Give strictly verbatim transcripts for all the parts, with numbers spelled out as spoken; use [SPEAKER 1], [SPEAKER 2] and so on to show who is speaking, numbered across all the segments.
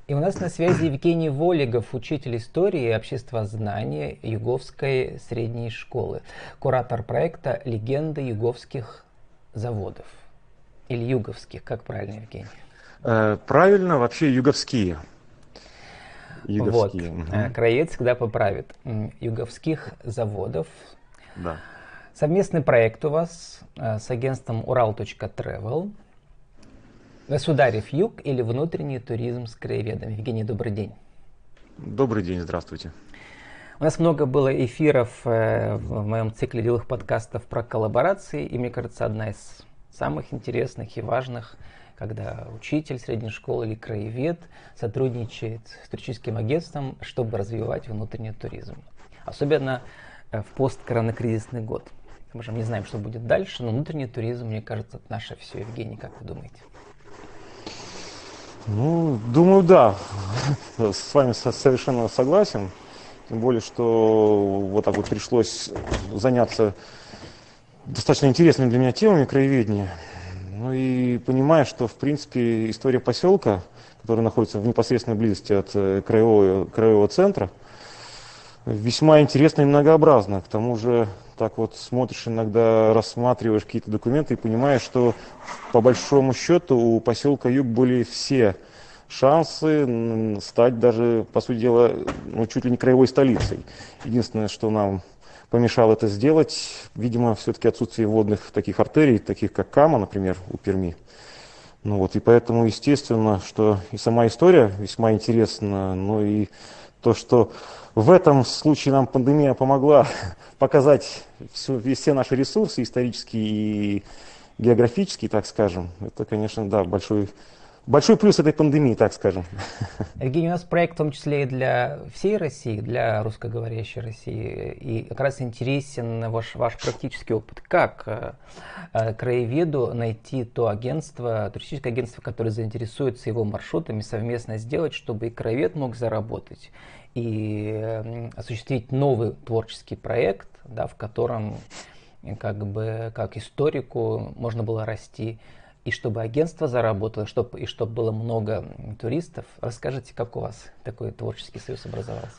[SPEAKER 1] И у нас на связи Евгений Волигов, учитель истории и обществознания Юговской средней школы, куратор проекта «Легенды юговских заводов». Или юговских, как правильно, Евгений?
[SPEAKER 2] Э, правильно, вообще юговские.
[SPEAKER 1] Юговские. Вот, угу. Краевед всегда поправит. Юговских заводов.
[SPEAKER 2] Да.
[SPEAKER 1] Совместный проект у вас с агентством Урал.Travel. Государев юг или внутренний туризм с краеведом. Евгений, добрый день.
[SPEAKER 2] Добрый день, здравствуйте.
[SPEAKER 1] У нас много было эфиров в моем цикле деловых подкастов про коллаборации, и мне кажется, одна из самых интересных и важных, когда учитель средней школы или краевед сотрудничает с туристическим агентством, чтобы развивать внутренний туризм. Особенно в посткоронакризисный год. Мы же не знаем, что будет дальше, но внутренний туризм, мне кажется, это наше все. Евгений, как вы думаете?
[SPEAKER 2] Ну, думаю, да. С вами совершенно согласен. Тем более, что вот так вот пришлось заняться достаточно интересными для меня темами краеведения. Ну и понимая, что, в принципе, история поселка, который находится в непосредственной близости от краевого, краевого центра, весьма интересна и многообразна. К тому же, так вот смотришь иногда, рассматриваешь какие-то документы и понимаешь, что по большому счету у поселка Юг были все шансы стать даже, по сути дела, ну, чуть ли не краевой столицей. Единственное, что нам помешало это сделать, видимо, все-таки отсутствие водных таких артерий, таких как Кама, например, у Перми. Ну вот, и поэтому, естественно, что и сама история весьма интересна, но и то, что в этом случае нам пандемия помогла показать все, все наши ресурсы, исторические и географические, так скажем, это, конечно, да, большой, большой плюс этой пандемии, так скажем.
[SPEAKER 1] Евгений, у нас проект в том числе и для всей России, для русскоговорящей России, и как раз интересен ваш, ваш практический опыт. Как э, краеведу найти то агентство, туристическое агентство, которое заинтересуется его маршрутами, совместно сделать, чтобы и краевед мог заработать, и э, осуществить новый творческий проект, да, в котором как бы как историку можно было расти, и чтобы агентство заработало, чтобы, и чтобы было много туристов. Расскажите, как у вас такой творческий союз образовался?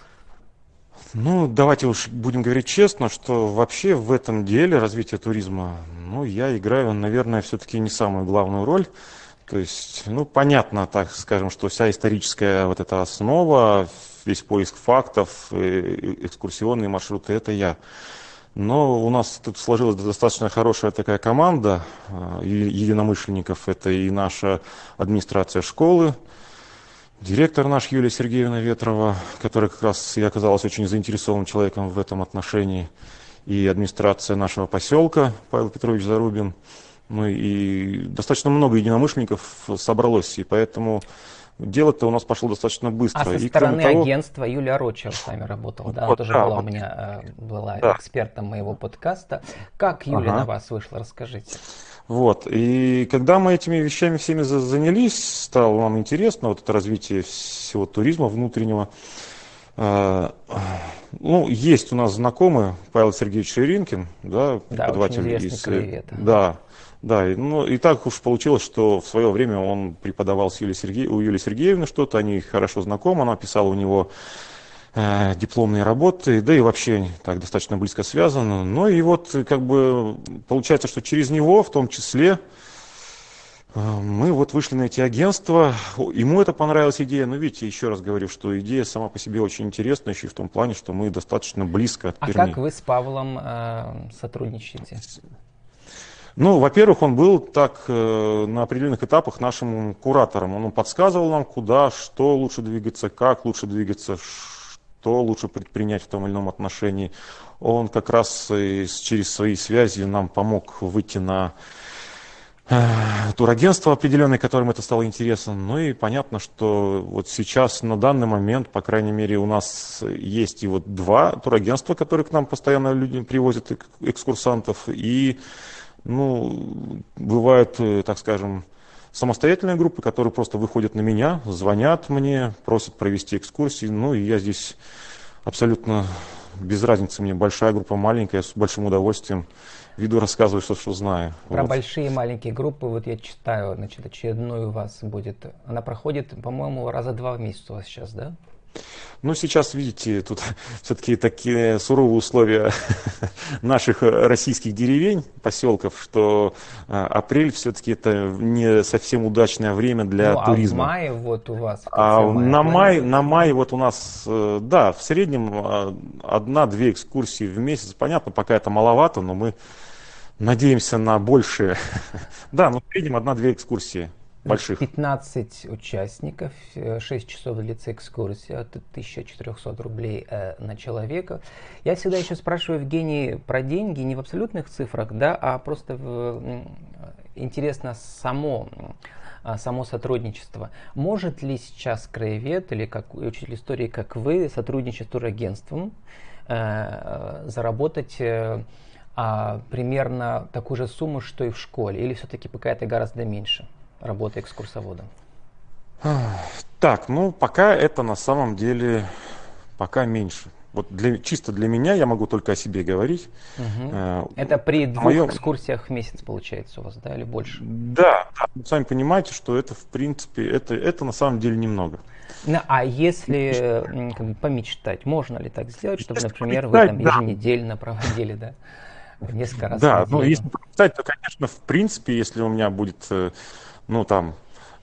[SPEAKER 2] Ну, давайте уж будем говорить честно, что вообще в этом деле развития туризма, ну, я играю, наверное, все-таки не самую главную роль. То есть, ну, понятно, так скажем, что вся историческая вот эта основа, весь поиск фактов, экскурсионные маршруты, это я. Но у нас тут сложилась достаточно хорошая такая команда единомышленников. Это и наша администрация школы, директор наш Юлия Сергеевна Ветрова, которая как раз и оказалась очень заинтересованным человеком в этом отношении, и администрация нашего поселка Павел Петрович Зарубин. Ну и достаточно много единомышленников собралось, и поэтому дело-то у нас пошло достаточно быстро.
[SPEAKER 1] А со
[SPEAKER 2] и,
[SPEAKER 1] стороны
[SPEAKER 2] того,
[SPEAKER 1] агентства Юлия Рочева с вами работала, да? Она
[SPEAKER 2] вот,
[SPEAKER 1] тоже
[SPEAKER 2] да,
[SPEAKER 1] была
[SPEAKER 2] вот,
[SPEAKER 1] у меня была
[SPEAKER 2] да.
[SPEAKER 1] экспертом моего подкаста. Как Юля
[SPEAKER 2] ага.
[SPEAKER 1] на вас вышла, расскажите.
[SPEAKER 2] Вот, и когда мы этими вещами всеми занялись, стало нам интересно вот это развитие всего туризма внутреннего. Ну, есть у нас знакомый Павел Сергеевич Ширинкин, да,
[SPEAKER 1] да,
[SPEAKER 2] преподаватель
[SPEAKER 1] очень
[SPEAKER 2] из...
[SPEAKER 1] краевед.
[SPEAKER 2] Да, да, ну и так уж получилось, что в свое время он преподавал с Юлией Серге... у Юлии Сергеевны что-то, они хорошо знакомы, она писала у него э, дипломные работы, да и вообще так достаточно близко связано. Ну и вот как бы получается, что через него в том числе мы вот вышли на эти агентства, ему это понравилась идея, но видите, еще раз говорю, что идея сама по себе очень интересная, еще и в том плане, что мы достаточно близко от Перми.
[SPEAKER 1] А как вы с Павлом э, сотрудничаете?
[SPEAKER 2] Ну, во-первых, он был так э, на определенных этапах нашим куратором, он подсказывал нам, куда, что лучше двигаться, как лучше двигаться, что лучше предпринять в том или ином отношении. Он как раз и через свои связи нам помог выйти на турагентство определенное, которым это стало интересно. Ну и понятно, что вот сейчас, на данный момент, по крайней мере, у нас есть и вот два турагентства, которые к нам постоянно люди привозят экскурсантов. И, ну, бывают, так скажем, самостоятельные группы, которые просто выходят на меня, звонят мне, просят провести экскурсии. Ну и я здесь абсолютно без разницы, мне большая группа, маленькая, я с большим удовольствием веду, рассказываю, что, что знаю.
[SPEAKER 1] Про
[SPEAKER 2] Вот.
[SPEAKER 1] большие и маленькие группы, вот я читаю, значит, очередную у вас будет. Она проходит, по-моему, раза два в месяц у вас сейчас, да?
[SPEAKER 2] Ну, сейчас, видите, тут все-таки такие суровые условия наших российских деревень, поселков, что апрель все-таки это не совсем удачное время для
[SPEAKER 1] ну, а
[SPEAKER 2] туризма.
[SPEAKER 1] в мае вот у вас, в конце
[SPEAKER 2] А
[SPEAKER 1] мая
[SPEAKER 2] на май, на
[SPEAKER 1] планируется?
[SPEAKER 2] май вот у нас, э, да, в среднем э, одна-две экскурсии в месяц. Понятно, пока это маловато, но мы надеемся на большее. Да, но в среднем одна-две экскурсии
[SPEAKER 1] Значит,
[SPEAKER 2] больших.
[SPEAKER 1] пятнадцать участников, э, шесть часов длится экскурсия, это тысяча четыреста рублей э, на человека. Я всегда еще спрашиваю, Евгений, про деньги не в абсолютных цифрах, да, а просто в, м, интересно само, а, само сотрудничество. Может ли сейчас краевед или как учитель истории, как вы, сотрудничать с турагентством, э, заработать э, а, примерно такую же сумму, что и в школе, или все-таки пока это гораздо меньше? Работа экскурсоводом.
[SPEAKER 2] Так, ну пока это на самом деле пока меньше. Вот для, чисто для меня, я могу только о себе говорить.
[SPEAKER 1] Угу.
[SPEAKER 2] Э,
[SPEAKER 1] Это при двух
[SPEAKER 2] моем...
[SPEAKER 1] экскурсиях в месяц получается у вас, да, или больше?
[SPEAKER 2] Да, да, вы сами понимаете, что это в принципе, это, это на самом деле немного.
[SPEAKER 1] Ну, а если как бы, помечтать, можно ли так сделать, чтобы,
[SPEAKER 2] Если
[SPEAKER 1] например,
[SPEAKER 2] помечтать,
[SPEAKER 1] вы там
[SPEAKER 2] да.
[SPEAKER 1] еженедельно проводили, да, несколько раз
[SPEAKER 2] Да,
[SPEAKER 1] в
[SPEAKER 2] ну
[SPEAKER 1] неделю?
[SPEAKER 2] если помечтать, то, конечно, в принципе, если у меня будет, ну там,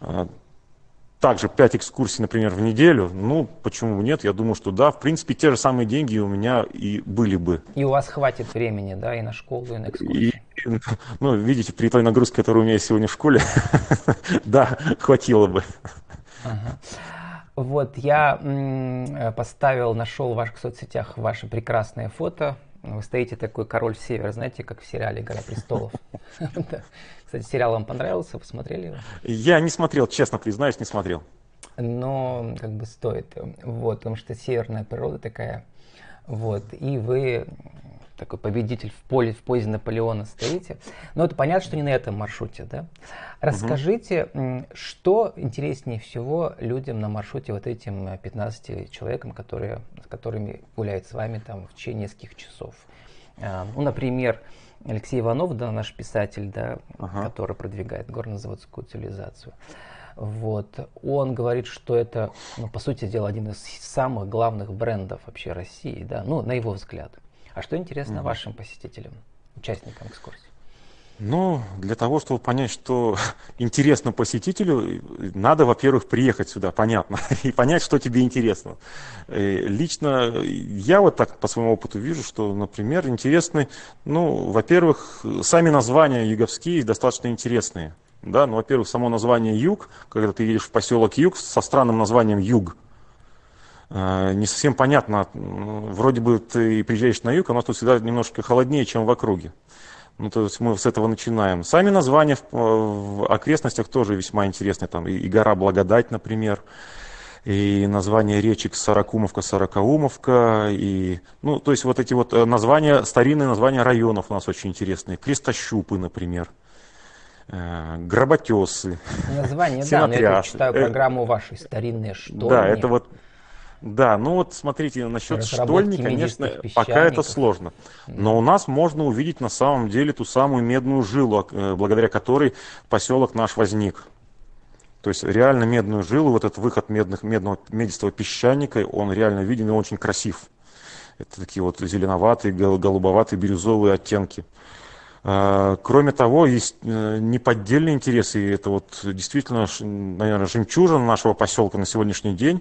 [SPEAKER 2] также пять экскурсий, например, в неделю, ну, почему бы нет, я думаю, что да, в принципе, те же самые деньги у меня и были бы.
[SPEAKER 1] И у вас хватит времени, да, и на школу, и на экскурсии?
[SPEAKER 2] И, ну, видите, при той нагрузке, которая у меня есть сегодня в школе, да, хватило бы.
[SPEAKER 1] Ага. Вот, я м, поставил, нашел в ваших соцсетях ваше прекрасное фото. Вы стоите такой король север, знаете, как в сериале «Игра престолов». Кстати, сериал вам понравился? Вы смотрели его?
[SPEAKER 2] Я не смотрел, честно признаюсь, не смотрел.
[SPEAKER 1] Но как бы стоит. Вот, потому что северная природа такая. Вот, и вы такой победитель в поле, в позе Наполеона стоите. Но это понятно, что не на этом маршруте, да? Расскажите, угу. что интереснее всего людям на маршруте, вот этим пятнадцати человекам, которые, с которыми гуляют с вами там в течение нескольких часов. Ну, например, Алексей Иванов, да, наш писатель, да, ага. который продвигает горнозаводскую цивилизацию. Вот. Он говорит, что это, ну, по сути дела, один из самых главных брендов вообще России, да, ну, на его взгляд. А что интересно mm-hmm. вашим посетителям, участникам экскурсии?
[SPEAKER 2] Ну, для того, чтобы понять, что интересно посетителю, надо, во-первых, приехать сюда, понятно, и понять, что тебе интересно. Лично я вот так по своему опыту вижу, что, например, интересны, ну, во-первых, сами названия юговские достаточно интересные. Да, ну, во-первых, само название Юг, когда ты едешь в поселок Юг со странным названием Юг, не совсем понятно, вроде бы ты приезжаешь на юг, а у нас тут всегда немножко холоднее, чем в округе. Ну, то есть мы с этого начинаем. Сами названия в, в окрестностях тоже весьма интересные. Там и, и гора Благодать, например, и название речек Сорокумовка, Сорокаумовка, и, ну, то есть вот эти вот названия, старинные названия районов у нас очень интересные. Крестощупы, например. Гработесы.
[SPEAKER 1] Название, да, но я читаю программу вашей старинные штольни.
[SPEAKER 2] Да, это вот, да, ну вот смотрите, насчет штольни, конечно, пока это сложно. Но у нас можно увидеть на самом деле ту самую медную жилу, благодаря которой поселок наш возник. То есть реально медную жилу, вот этот выход медных, медного, медистого песчаника, он реально виден и очень красив. Это такие вот зеленоватые, голубоватые, бирюзовые оттенки. Кроме того, есть неподдельные интересы, и это вот действительно, наверное, жемчужина нашего поселка на сегодняшний день.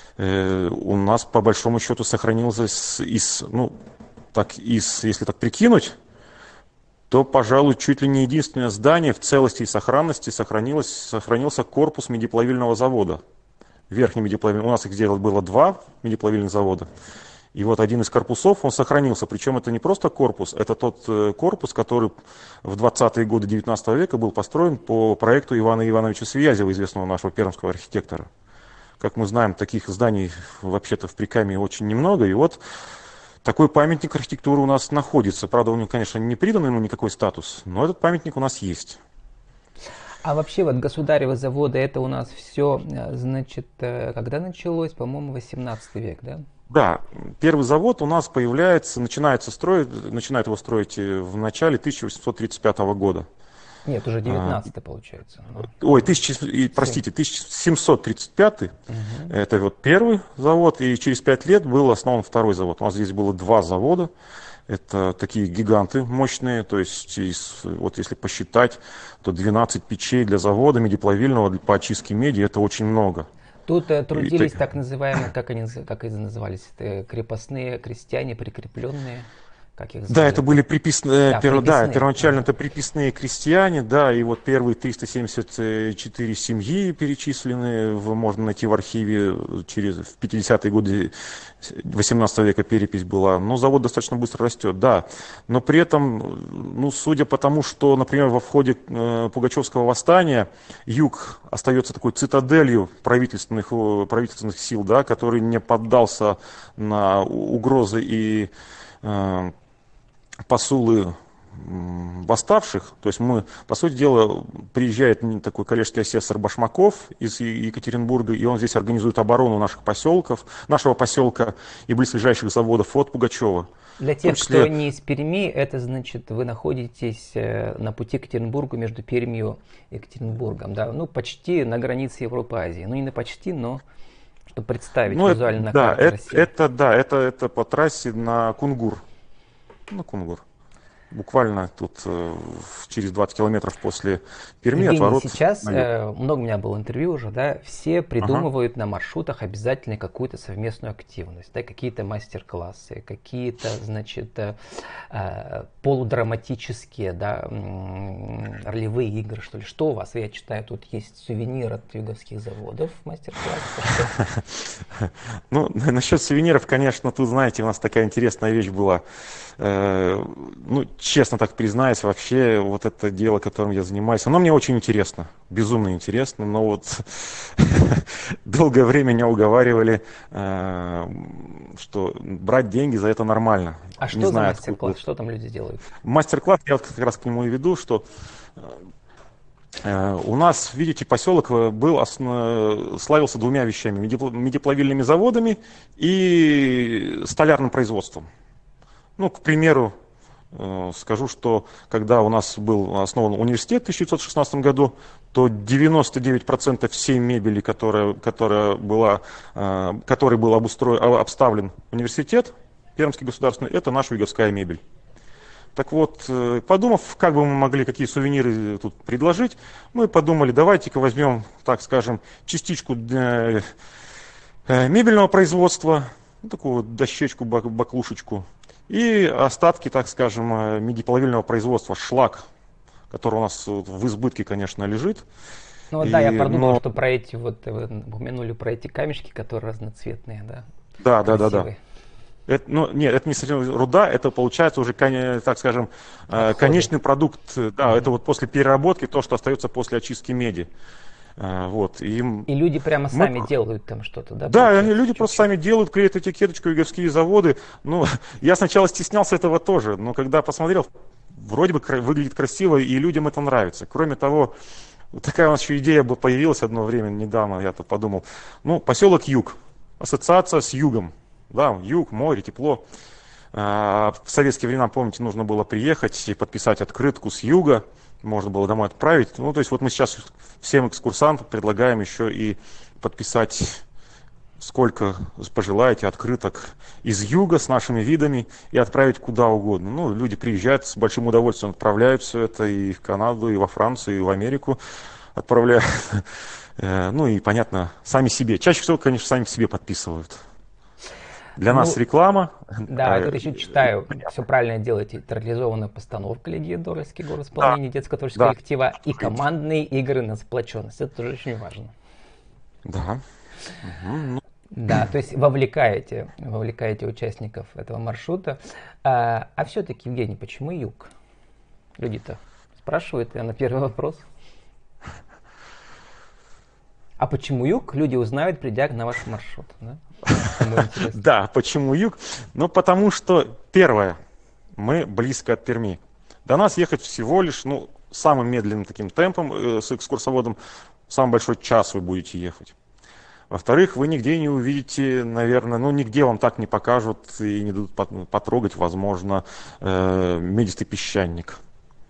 [SPEAKER 2] У нас по большому счету сохранилось из, ну, так, из, если так прикинуть, то, пожалуй, чуть ли не единственное здание в целости и сохранности сохранилось, сохранился корпус медиплавильного завода. Верхний медиплавильный, у нас их сделано было два медиплавильных завода. И вот один из корпусов, он сохранился. Причем это не просто корпус, это тот корпус, который в двадцатые годы девятнадцатого века был построен по проекту Ивана Ивановича Свиязева, известного нашего пермского архитектора. Как мы знаем, таких зданий вообще-то в Прикамье очень немного. И вот такой памятник архитектуры у нас находится. Правда, он, конечно, не придан ему никакой статус, но этот памятник у нас есть.
[SPEAKER 1] А вообще вот государевы заводы, это у нас все, значит, когда началось? По-моему, восемнадцатый век, да?
[SPEAKER 2] Да, первый завод у нас появляется, начинается строить, начинает его строить в начале тысяча восемьсот тридцать пятого года.
[SPEAKER 1] Нет, уже девятнадцатый получается. Но...
[SPEAKER 2] Ой, тысяча, простите, тысяча семьсот тридцать пятый, угу. Это вот первый завод, и через пять лет был основан второй завод. У нас здесь было два завода, это такие гиганты мощные, то есть из, вот если посчитать, то двенадцать печей для завода медиплавильного по очистке меди, это очень много.
[SPEAKER 1] Тут э, трудились и, так называемые, как они, как они назывались, крепостные крестьяне, прикрепленные. Как их
[SPEAKER 2] да, это были приписные,
[SPEAKER 1] да,
[SPEAKER 2] пер,
[SPEAKER 1] приписные.
[SPEAKER 2] Да, первоначально это приписные крестьяне, да, и вот первые триста семьдесят четыре семьи перечислены, в, можно найти в архиве, через, в пятидесятые годы восемнадцатого века перепись была, но завод достаточно быстро растет, да, но при этом, ну, судя по тому, что, например, во входе э, Пугачевского восстания юг остается такой цитаделью правительственных, правительственных сил, да, который не поддался на угрозы и э, посулы восставших, то есть мы, по сути дела, приезжает такой коллежский асессор Башмаков из Екатеринбурга, и он здесь организует оборону наших поселков, нашего поселка и близлежащих заводов от Пугачева.
[SPEAKER 1] Для тех, числе... кто не из Перми, это значит, вы находитесь на пути к Екатеринбургу между Пермью и Екатеринбургом, да, ну почти на границе Европы и Азии, ну не на почти, но чтобы представить ну, визуально
[SPEAKER 2] это,
[SPEAKER 1] на карте
[SPEAKER 2] да,
[SPEAKER 1] России.
[SPEAKER 2] Это, это, да, это, это по трассе на Кунгур. На Кунгур. Буквально тут э, через двадцать километров после Перми
[SPEAKER 1] Евгений,
[SPEAKER 2] от ворот.
[SPEAKER 1] Сейчас э, много у меня было интервью уже, да, все придумывают ага. на маршрутах обязательно какую-то совместную активность, да, какие-то мастер-классы, какие-то, значит, э, э, полудраматические, да, э, ролевые игры, что ли. Что у вас? Я читаю, тут есть сувенир от юговских заводов, мастер-класс.
[SPEAKER 2] Ну, насчет сувениров, конечно, тут, знаете, у нас такая интересная вещь была. Ну, честно так признаюсь, вообще вот это дело, которым я занимаюсь, оно мне очень интересно, безумно интересно, но вот долгое время меня уговаривали, что брать деньги за это нормально.
[SPEAKER 1] А что за мастер-класс, что там люди делают?
[SPEAKER 2] Мастер-класс, я вот как раз к нему и веду, что у нас, видите, поселок был, славился двумя вещами, медиплавильными заводами и столярным производством. Ну, к примеру, скажу, что когда у нас был основан университет в тысяча девятьсот шестнадцатом году, то девяносто девять процентов всей мебели, которая, которая была, которой был обустроен, обставлен университет Пермский государственный, это наша юговская мебель. Так вот, подумав, как бы мы могли, какие сувениры тут предложить, мы подумали, давайте-ка возьмем, так скажем, частичку мебельного производства, такую дощечку, баклушечку, и остатки, так скажем, медиплавильного производства, шлак, который у нас в избытке, конечно, лежит.
[SPEAKER 1] Ну вот, да, я продумал, но... что про эти, вот вы упомянули про эти камешки, которые разноцветные, да?
[SPEAKER 2] Да, да, да, да. Это, ну, нет, это не совсем руда, это получается уже, так скажем, Отходы. конечный продукт, да, mm-hmm. это вот после переработки, то, что остается после очистки меди. Вот, и,
[SPEAKER 1] и люди прямо мы... сами делают там что-то, да?
[SPEAKER 2] Да, они, люди чуть-чуть. просто сами делают, клеят этикеточку, юговские заводы. Ну, я сначала стеснялся этого тоже, но когда посмотрел, вроде бы выглядит красиво, и людям это нравится. Кроме того, такая у нас еще идея появилась одно время, недавно я-то подумал. Ну, поселок Юг, ассоциация с югом. Да, юг, море, тепло. В советские времена, помните, нужно было приехать и подписать открытку с юга. Можно было домой отправить. Ну, то есть вот мы сейчас всем экскурсантам предлагаем еще и подписать, сколько пожелаете, открыток из юга с нашими видами и отправить куда угодно. Ну, люди приезжают, с большим удовольствием отправляют все это и в Канаду, и во Францию, и в Америку отправляют. Ну и, понятно, сами себе. Чаще всего, конечно, сами себе подписывают. Для ну, нас реклама.
[SPEAKER 1] Да, я тут еще читаю, все правильно делаете. Театрализованная постановка «Легенды Уральский город» в исполнении да. детско-творческого да. коллектива и командные игры на сплоченность. Это тоже очень важно.
[SPEAKER 2] Да. Угу.
[SPEAKER 1] Да, то есть вовлекаете, вовлекаете участников этого маршрута. А, а все-таки, Евгений, почему юг? Люди-то спрашивают, я на первый вопрос. А почему юг? Люди узнают, придя на ваш маршрут. Да?
[SPEAKER 2] Да, почему юг? Ну, потому что, первое, мы близко от Перми. До нас ехать всего лишь, ну, самым медленным таким темпом, э, с экскурсоводом, самый большой час вы будете ехать. Во-вторых, вы нигде не увидите, наверное, ну нигде вам так не покажут и не дадут потрогать, возможно, медистый песчаник.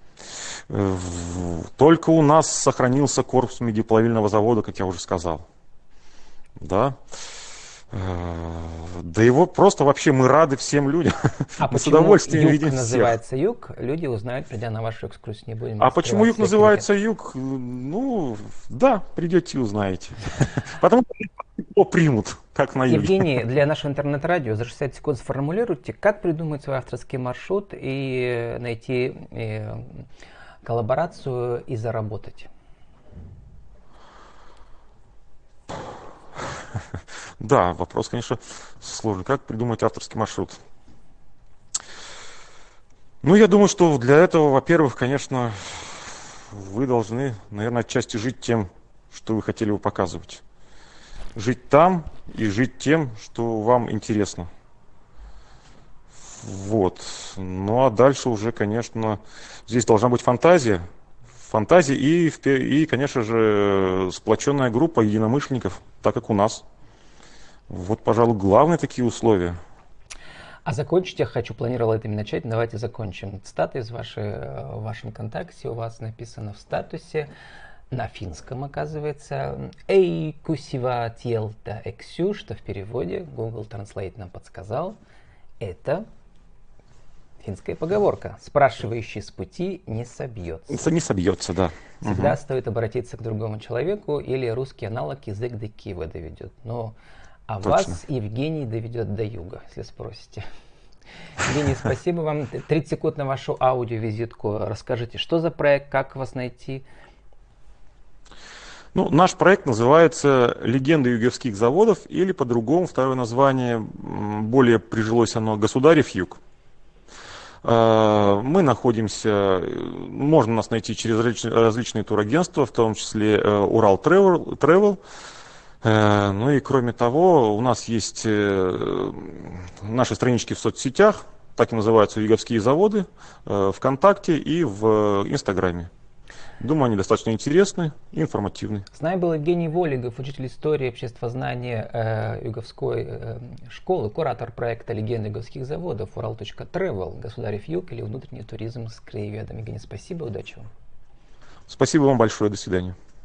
[SPEAKER 2] Только у нас сохранился корпус медиплавильного завода, как я уже сказал. Да. Да его просто вообще мы рады всем людям.
[SPEAKER 1] А
[SPEAKER 2] мы с удовольствием
[SPEAKER 1] юг
[SPEAKER 2] видим
[SPEAKER 1] называется
[SPEAKER 2] всех.
[SPEAKER 1] юг? Люди узнают, придя на вашу экскурсию, не будем.
[SPEAKER 2] А почему юг называется юг? Ну, да, придете и узнаете. Потому что его примут, как на юге.
[SPEAKER 1] Евгений, для нашего интернет-радио за шестьдесят секунд сформулируйте, как придумать свой авторский маршрут и найти и коллаборацию и заработать.
[SPEAKER 2] Да, вопрос, конечно, сложный. Как придумать авторский маршрут? Ну, я думаю, что для этого, во-первых, конечно, вы должны, наверное, отчасти жить тем, что вы хотели бы показывать. Жить там и жить тем, что вам интересно. Вот. Ну, а дальше уже, конечно, здесь должна быть фантазия. Фантазия и, и, конечно же, сплоченная группа единомышленников, так как у нас. Вот, пожалуй, главные такие условия.
[SPEAKER 1] А закончить я хочу, планировал этим начать, давайте закончим. Цитата из вашей, в вашем контакте у вас написано в статусе, на финском оказывается, «Эй, кусива тьелта эксю», что в переводе Google Translate нам подсказал, это финская поговорка. Спрашивающий с пути не собьется.
[SPEAKER 2] Не собьется, да.
[SPEAKER 1] Всегда
[SPEAKER 2] угу.
[SPEAKER 1] стоит обратиться к другому человеку, или русский аналог язык до Киева доведет. Но а
[SPEAKER 2] Точно.
[SPEAKER 1] вас Евгений доведет до юга, если спросите. Евгений, спасибо вам. тридцать секунд на вашу аудиовизитку. Расскажите, что за проект, как вас найти?
[SPEAKER 2] Ну, наш проект называется «Легенды юговских заводов», или по-другому, второе название, более прижилось оно, «Государев юг». Мы находимся, можно нас найти через различные турагентства, в том числе Урал Travel. Ну и кроме того, у нас есть наши странички в соцсетях, так и называются «Юговские заводы», ВКонтакте и в Инстаграме. Думаю, они достаточно интересны и информативны.
[SPEAKER 1] С нами был Евгений Волигов, учитель истории, обществознания э, Юговской э, школы, куратор проекта «Легенды юговских заводов» Урал точка Travel, Государев юг или внутренний туризм с краеведом. Евгений, спасибо, удачи вам.
[SPEAKER 2] Спасибо вам большое, до свидания.